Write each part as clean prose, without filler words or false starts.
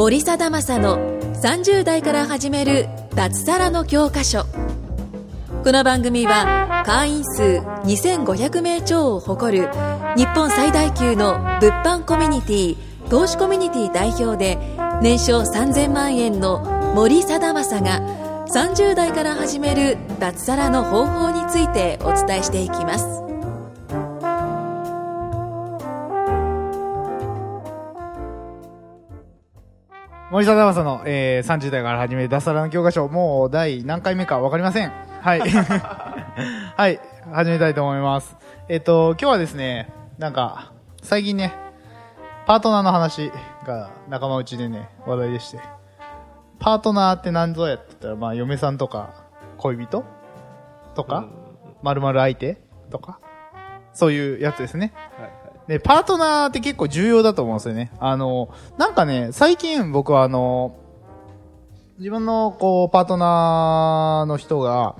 森貞正の30代から始める脱サラの教科書。この番組は会員数2500名超を誇る日本最大級の物販コミュニティ投資コミュニティ代表で年商3000万円の森貞正が30代から始める脱サラの方法についてお伝えしていきます。 森貞正の、30代から始める脱サラの教科書、もう第何回目かわかりません。はい。はい、始めたいと思います。今日はですね、なんか、最近ね、パートナーの話が仲間内でね、話題でして。パートナーって何ぞやって言ったら、まあ、嫁さんとか、恋人とか、〇〇相手とか、そういうやつですね。はい。で、パートナーって結構重要だと思うんですよね。なんかね、最近僕は自分のこう、パートナーの人が、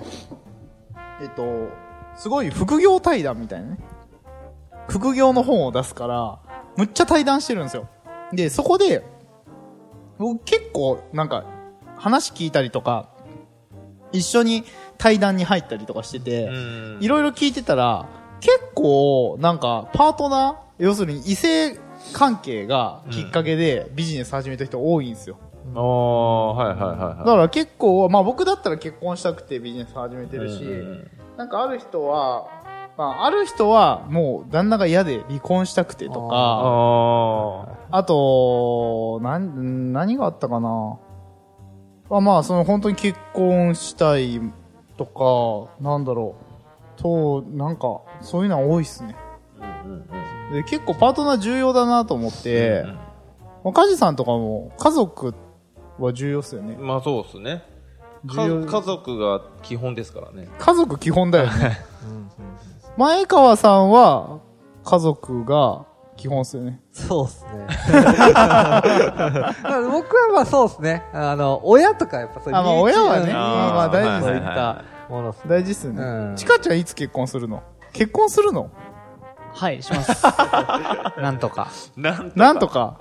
すごい副業対談みたいなね。副業の本を出すから、むっちゃ対談してるんですよ。で、そこで、僕結構なんか、話聞いたりとか、一緒に対談に入ったりとかしてて、いろいろ聞いてたら、結構、なんか、パートナー、要するに異性関係がきっかけでビジネス始めた人多いんですよ。 はいはいはいはい。 だから結構、まあ僕だったら結婚したくてビジネス始めてるし、なんかある人はもう旦那が嫌で離婚したくてとか、あと、何があったかな。まあその本当に結婚したいとか、なんだろう。なんか、そういうのは多いっすね。で、結構パートナー重要だなと思って、カジさんとかも家族は重要っすよね。 まあそうっすね。家族が基本ですからね。 家族基本だよね。前川さんは家族が基本っすよね。 そうっすね。僕はまあそうっすね。親とかやっぱそういう。 まあ親はね、まあ大事そういったものっすね。 大事っすね。ちかちゃんいつ結婚するの？結婚するの？ はい、します。なんとか。 なんとか。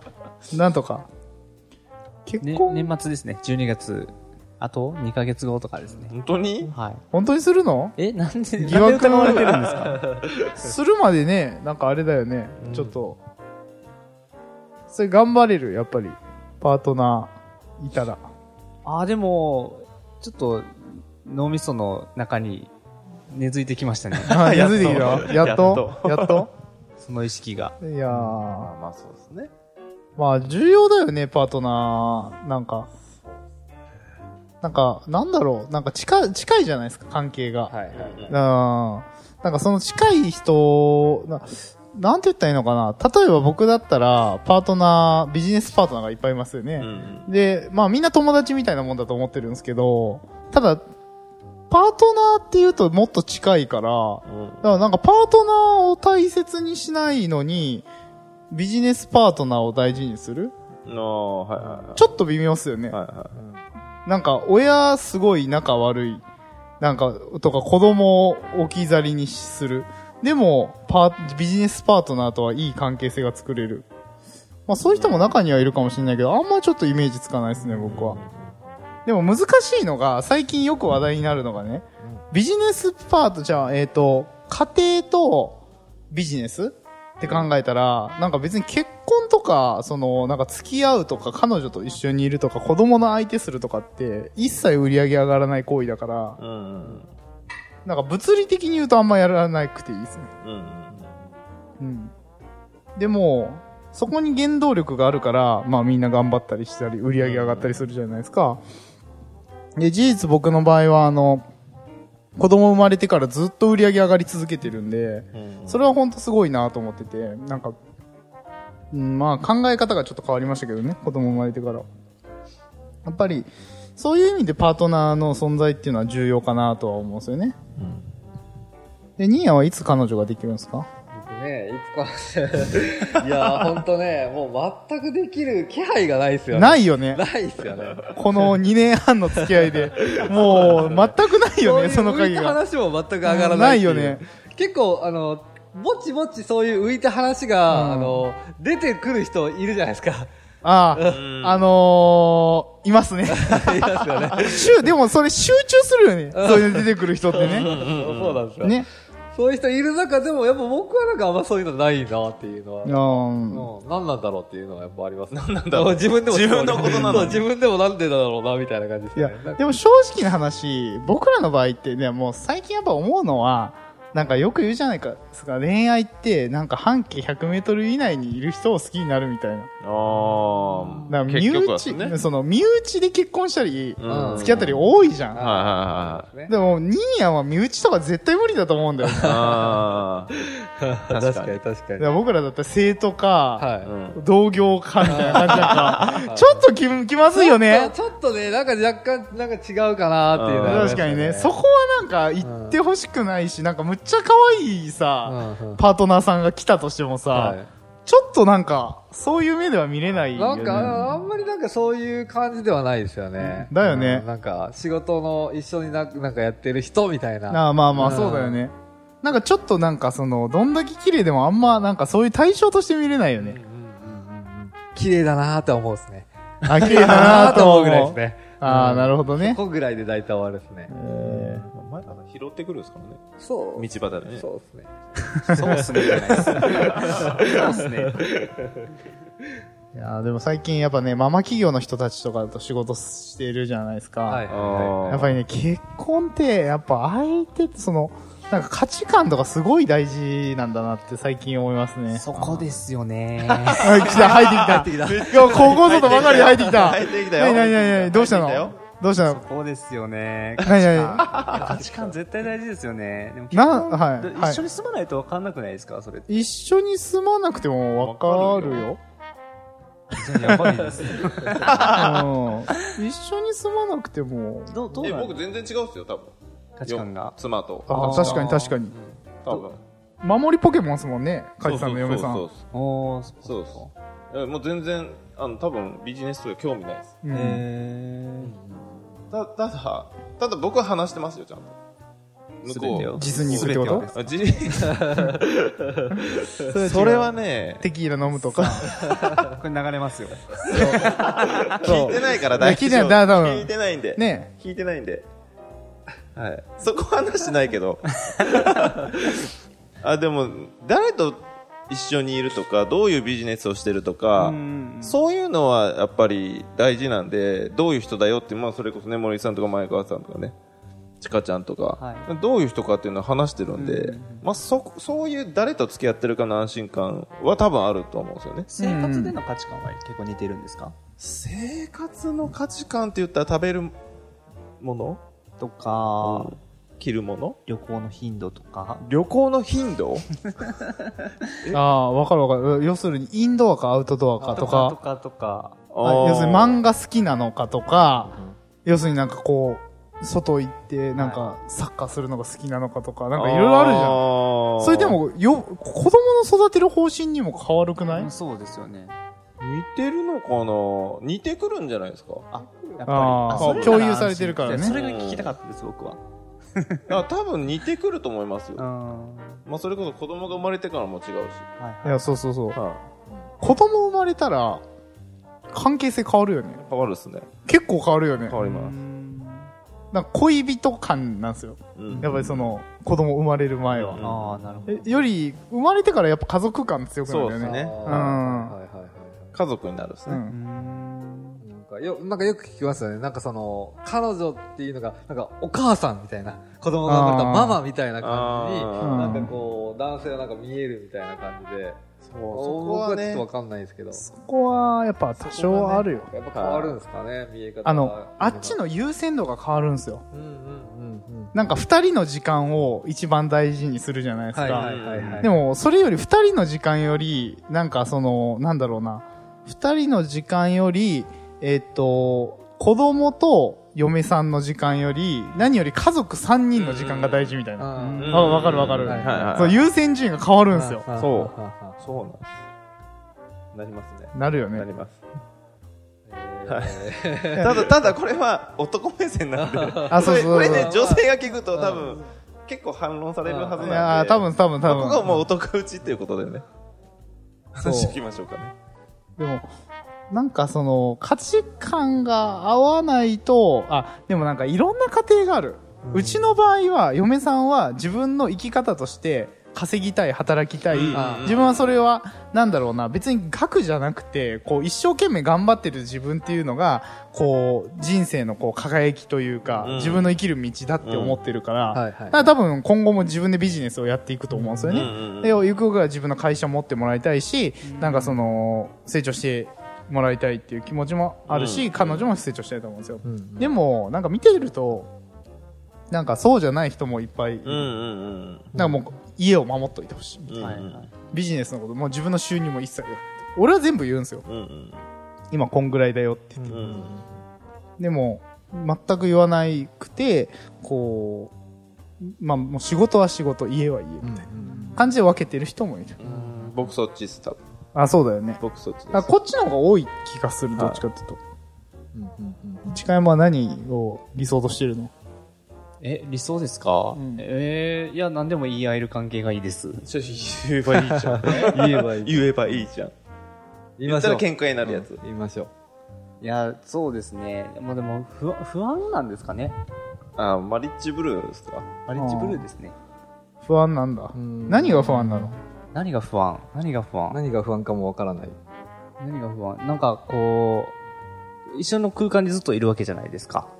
結婚、 年末ですね。12月。あと2ヶ月後とかですね。 本当に？ はい。 本当にするの？ なんで疑惑疑われてるんですか？ するまでね、なんかあれだよね。ちょっと。それ頑張れる、やっぱり。パートナーいたら。 でも、ちょっと、脳みその中に根付いてきましたね。 根付いてきた？やっとその意識が。 いやー。 まあそうですね。 まあ重要だよね、パートナー。なんか、なんだろう。なんか近いじゃないですか、関係が。はい。なんかその近い人、なんて言ったらいいのかな。例えば僕だったら、ビジネスパートナーがいっぱいいますよね。で、まあみんな友達みたいなもんだと思ってるんですけど、ただ、パートナーって言うともっと近いから、だからなんかパートナーを大切にしないのに、ビジネスパートナーを大事にする？ちょっと微妙っすよね。なんか親すごい仲悪い。なんか、とか子供を置き去りにする。でも、ビジネスパートナーとはいい関係性が作れる。まあそういう人も中にはいるかもしれないけど、あんまちょっとイメージつかないですね、僕は。でも難しいのが、最近よく話題になるのがね、ビジネスパート、じゃあ、家庭とビジネスって考えたら、なんか別に結婚とか、なんか付き合うとか、彼女と一緒にいるとか、子供の相手するとかって、一切売り上げ上がらない行為だから、なんか物理的に言うとあんまやらなくていいですね。でも、そこに原動力があるから、まあみんな頑張ったりしたり、売り上げ上がったりするじゃないですか。で、事実僕の場合は子供生まれてからずっと売り上げ上がり続けてるんで、それは本当すごいなと思ってて、なんか、まあ考え方がちょっと変わりましたけどね、子供生まれてから。やっぱり、そういう意味でパートナーの存在っていうのは重要かなとは思うんですよね。で、ニーヤはいつ彼女ができるんですか？ 僕ね、いつかいやーほんとね、もう全くできる気配がないですよね。 ないよね。 ないですよね。 この2年半の付き合いで。もう、全くないよね、その限りが。 浮いた話も全く上がらない。 ないよね。 結構、ぼちぼちそういう浮いた話が、出てくる人いるじゃないですか。 ああ、いますね。でもそれ集中するよね。そういうの出てくる人ってね。 そうなんですよ。 ね。 そういう人いる中でも、やっぱ僕はなんかあんまそういうのないなっていうのは。何なんだろうっていうのはやっぱありますね。 何なんだろう。 自分でも。 自分のことなのに。 自分でもなんでだろうな、みたいな感じですね。 いや、でも正直な話、僕らの場合ってね、もう最近やっぱ思うのは、なんかよく言うじゃないですか、恋愛ってなんか半径100メートル以内にいる人を好きになるみたいな。だから身内、ね、その身内で結婚したり、付き合ったり多いじゃん。でも、ニーヤンは身内とか絶対無理だと思うんだよね。 確かに確かに。 僕らだったら生徒か、同業かみたいな感じなんか、ちょっと気まずいよね。 ちょっとね、なんか若干、なんか違うかなっていう、 確かにね。そこはなんか言ってほしくないし、なんかむっちゃ可愛いさ、パートナーさんが来たとしてもさ、ちょっとなんか、そういう目では見れないよね。 なんか、あんまりなんかそういう感じではないですよね。 だよね。 なんか、仕事の一緒になんかやってる人みたいな。 まあまあ、そうだよね。なんかちょっとなんかその、どんだけ綺麗でもあんまなんかそういう対象として見れないよね。 綺麗だなーって思うですね。 綺麗だなーと思うぐらいですね。 なるほどね。 そこぐらいで大体終わるですね。 拾ってくるんですからね。 そう。 道端でね。 そうですね。 そうっすね。そうっすね。 いやでも最近やっぱね、ママ企業の人たちとかと仕事してるじゃないですか。やっぱりね、結婚って、やっぱ相手ってその、なんか価値観とかすごい大事なんだなって最近思いますね。 そこですよね。 入ってきた。高校生とばかりで入ってきた。 入ってきたよ。 なにどうしたのそこですよね。価値観絶対大事ですよね。でも一緒に住まないと分かんなくないですかそれ。 一緒に住まなくても分かるよ。 じゃあやばいですね。 一緒に住まなくても。 僕全然違うっすよ、多分。 価値観が。 妻と。 確かに確かに。 多分。 守りポケモンですもんね、カジさんの嫁さん。 そうです。もう全然、多分ビジネスとか興味ないです。ただ僕は話してますよ、ちゃんと。 向こう。実に行くってことそれはね、 テキーラ飲むとか。 これ流れますよ。 聞いてないから大丈夫。聞いてないんで。 ね。 聞いてないんで。はい。そこは話してないけど。でも、誰と一緒にいるとか、どういうビジネスをしてるとか、そういうのはやっぱり大事なんで、どういう人だよって、それこそね、森さんとか前川さんとかね、ちかちゃんとか、どういう人かっていうのは話してるんで、そういう誰と付き合ってるかの安心感は多分あると思うんですよね。 生活での価値観は結構似てるんですか？ 生活の価値観って言ったら食べるものとか、 着るもの？ 旅行の頻度とか。 旅行の頻度？ わかる。要するに、インドアかアウトドアかとか。要するに漫画好きなのかとか、要するになんかこう、外行って、なんか、サッカーするのが好きなのかとか、なんかいろいろあるじゃん。それでも、子供の育てる方針にも変わるくない？ そうですよね。 似てるのかな？似てくるんじゃないですか？ やっぱり。共有されてるからね。 それが聞きたかったです、僕は。 多分似てくると思いますよ。それこそ子供が生まれてからも違うし。 いや、そう。子供生まれたら、関係性変わるよね。 変わるっすね。 結構変わるよね。 変わります。 なんか恋人感なんですよ。やっぱりその、子供生まれる前は。 なるほど。 より、生まれてからやっぱ家族感強くなるよね。 そうですね。家族になるっすね。 なんかよく聞きますよね。なんかその、彼女っていうのが、なんかお母さんみたいな、子供が生まれたママみたいな感じに、なんかこう、男性はなんか見えるみたいな感じで、そこはちょっとわかんないですけど。 そこはやっぱ多少あるよ。 やっぱ変わるんですかね、見え方あっちの優先度が変わるんですよ。なんか二人の時間を一番大事にするじゃないですか。でも、それより二人の時間より、なんかその、なんだろうな、二人の時間より、子供と嫁さんの時間より、何より家族3人の時間が大事みたいな。わかる。そう、優先順位が変わるんですよ。 そうなんです。なりますね。 なるよね。 なります。ただこれは男目線なんで。これね、女性が聞くと多分、結構反論されるはずなんで。いや、 多分。 ここはもう男打ちっていうことでね。話していきましょうかね。 でも、 なんかその価値観が合わないと、でもなんかいろんな家庭がある。うちの場合は、嫁さんは自分の生き方として稼ぎたい、働きたい。自分はそれは、なんだろうな、別に額じゃなくて、こう一生懸命頑張ってる自分っていうのが、こう人生のこう輝きというか、自分の生きる道だって思ってるから、だから多分今後も自分でビジネスをやっていくと思うんですよね。で、ゆくゆくは自分の会社を持ってもらいたいし、なんかその、成長してもらいたいっていう気持ちもあるし、彼女も成長したいと思うんですよ。でも、なんか見てると、なんかそうじゃない人もいっぱいいる。なんかもう家を守っといてほしいみたいな。ビジネスのこと、もう自分の収入も一切言わない。俺は全部言うんですよ。今こんぐらいだよって言って。でも、全く言わなくて、こう、まあもう仕事は仕事、家は家みたいな感じで分けてる人もいる。 僕そっちっす、多分。そうだよね。 僕そっちです。 こっちの方が多い気がする、どっちかっていうと。近山は何を理想としてるの？ 理想ですか？いや、何でも言い合える関係がいいです。 言えばいいじゃん。言えばいいじゃん。言ったら喧嘩になるやつ。 言いましょう。いや、そうですね。もうでも、不安なんですかね。 マリッジブルーですか？ マリッジブルーですね。 不安なんだ。何が不安なの？ 何が不安かもわからない。 何が不安？なんかこう、一緒の空間にずっといるわけじゃないですか。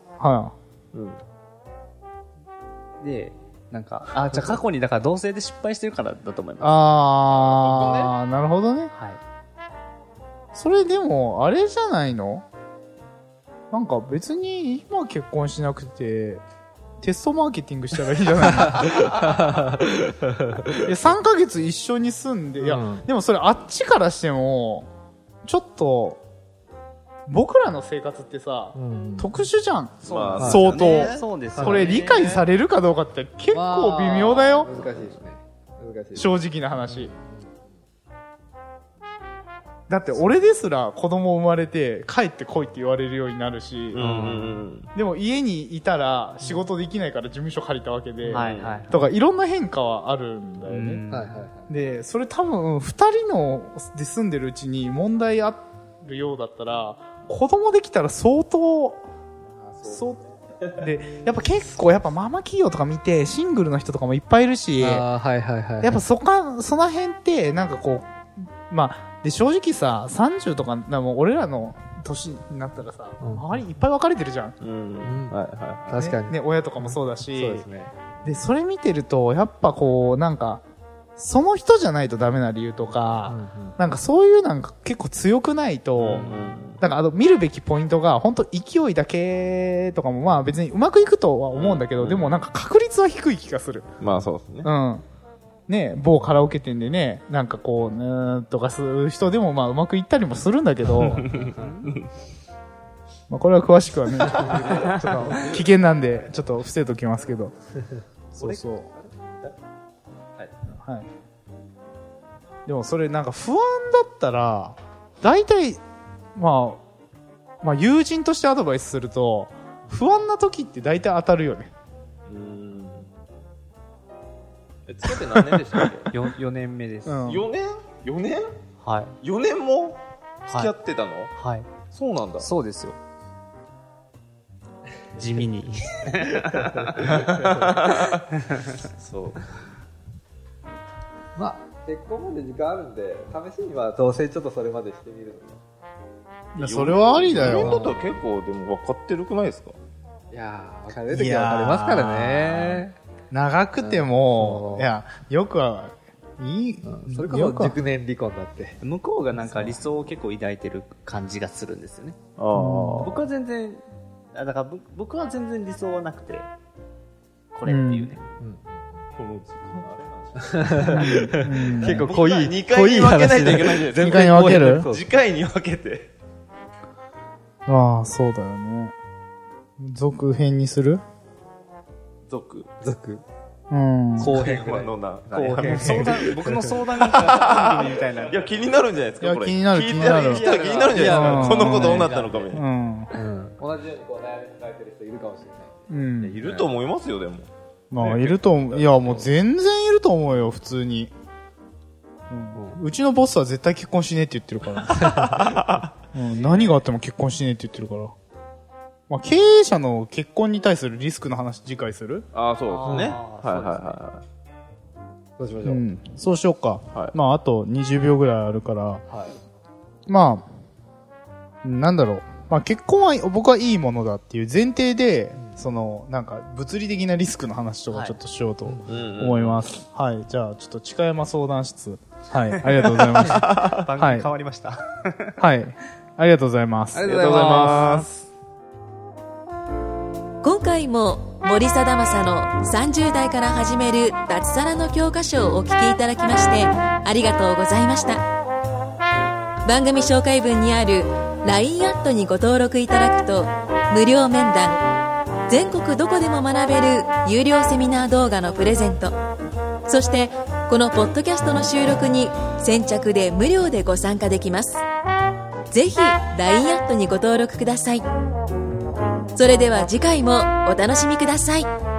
で、なんか、じゃあ過去にだから同棲で失敗してるからだと思います。なるほどね。はい。それでも、あれじゃないの？なんか別に今結婚しなくて、テストマーケティングしたらいいんじゃないの？3ヶ月一緒に住んで、いや、でもそれあっちからしても、ちょっと、僕らの生活ってさ、特殊じゃん。相当。そうです。これ理解されるかどうかって結構微妙だよ。 難しいですね。 正直な話。だって俺ですら子供生まれて帰ってこいって言われるようになるし、でも家にいたら仕事できないから事務所借りたわけで、とかいろんな変化はあるんだよね。で、それ多分二人ので住んでるうちに問題あるようだったら、子供できたら相当、で、やっぱ結構ママ企業とか見てシングルの人とかもいっぱいいるし、やっぱその辺ってなんかこう、で正直さ、30とか、もう俺らの年になったらさ、周りいっぱい分かれてるじゃん。 確かに。 ね、親とかもそうだし、 そうですね。 で、それ見てると、やっぱこう、なんか、その人じゃないとダメな理由とか、なんかそういうなんか結構強くないと、なんか見るべきポイントが本当勢いだけとかも別にうまくいくとは思うんだけど、でもなんか確率は低い気がする。 そうですね。 ね、某カラオケ店でね、なんかこう、とかする人でもうまくいったりもするんだけど、これは詳しくはね、ちょっと危険なんで、ちょっと伏せときますけど。そうそう。はい。でもそれなんか不安だったら、大体、友人としてアドバイスすると、不安な時って大体当たるよね。 付き合って何年でしたっけ ？4年目です。 4年？ 4年？ はい。 4年も付き合ってたの？ はい。 そうなんだ。 そうですよ。地味に。 そう。 結婚まで時間あるんで、試しには同棲ちょっとそれまでしてみるの。それはありだよ。 4年だったら結構でも分かってるくないですか？ いやー、分かる時は分かりますからね。 長くても、よくは、 それこそ熟年離婚だって。 向こうがなんか理想を結構抱いてる感じがするんですよね。僕は全然、だから僕は全然理想はなくて、これっていうね。 この時間あれなんです結構濃い 2回に分けないといけないじゃないですか。 2回に分ける？ 次回に分けて。 そうだよね。続編にする？ 続。 後編のな。 僕の相談がみたいな。 いや、気になるんじゃないですか、これ。 気になる。 気になるんじゃないですか。この子どうなったのかみたいな。 同じようにこう悩み抱えてる人いるかもしれない。 いると思いますよ、でも。 いると思う。いや、もう全然いると思うよ、普通に。うちのボスは絶対結婚しねえって言ってるから。 何があっても結婚しねえって言ってるから。まあ、経営者の結婚に対するリスクの話次回する？ ああ、そうですね。はい。 そうしましょう。 そうしようか。 はい、 まあ、あと20秒ぐらいあるから。まあ、なんだろう。まあ、結婚は僕はいいものだっていう前提で、なんか物理的なリスクの話とかちょっとしようと思います。はい。じゃあ、ちょっと近山相談室。はい。ありがとうございました。 番組変わりました。 はい。ありがとうございます。 ありがとうございます。 今回も森貞正の30代から始める脱サラの教科書をお聞きいただきましてありがとうございました。番組紹介文にある LINE アットにご登録いただくと無料面談、全国どこでも学べる有料セミナー動画のプレゼント、そしてこのポッドキャストの収録に先着で無料でご参加できます。ぜひ LINE アットにご登録ください。それでは次回もお楽しみください。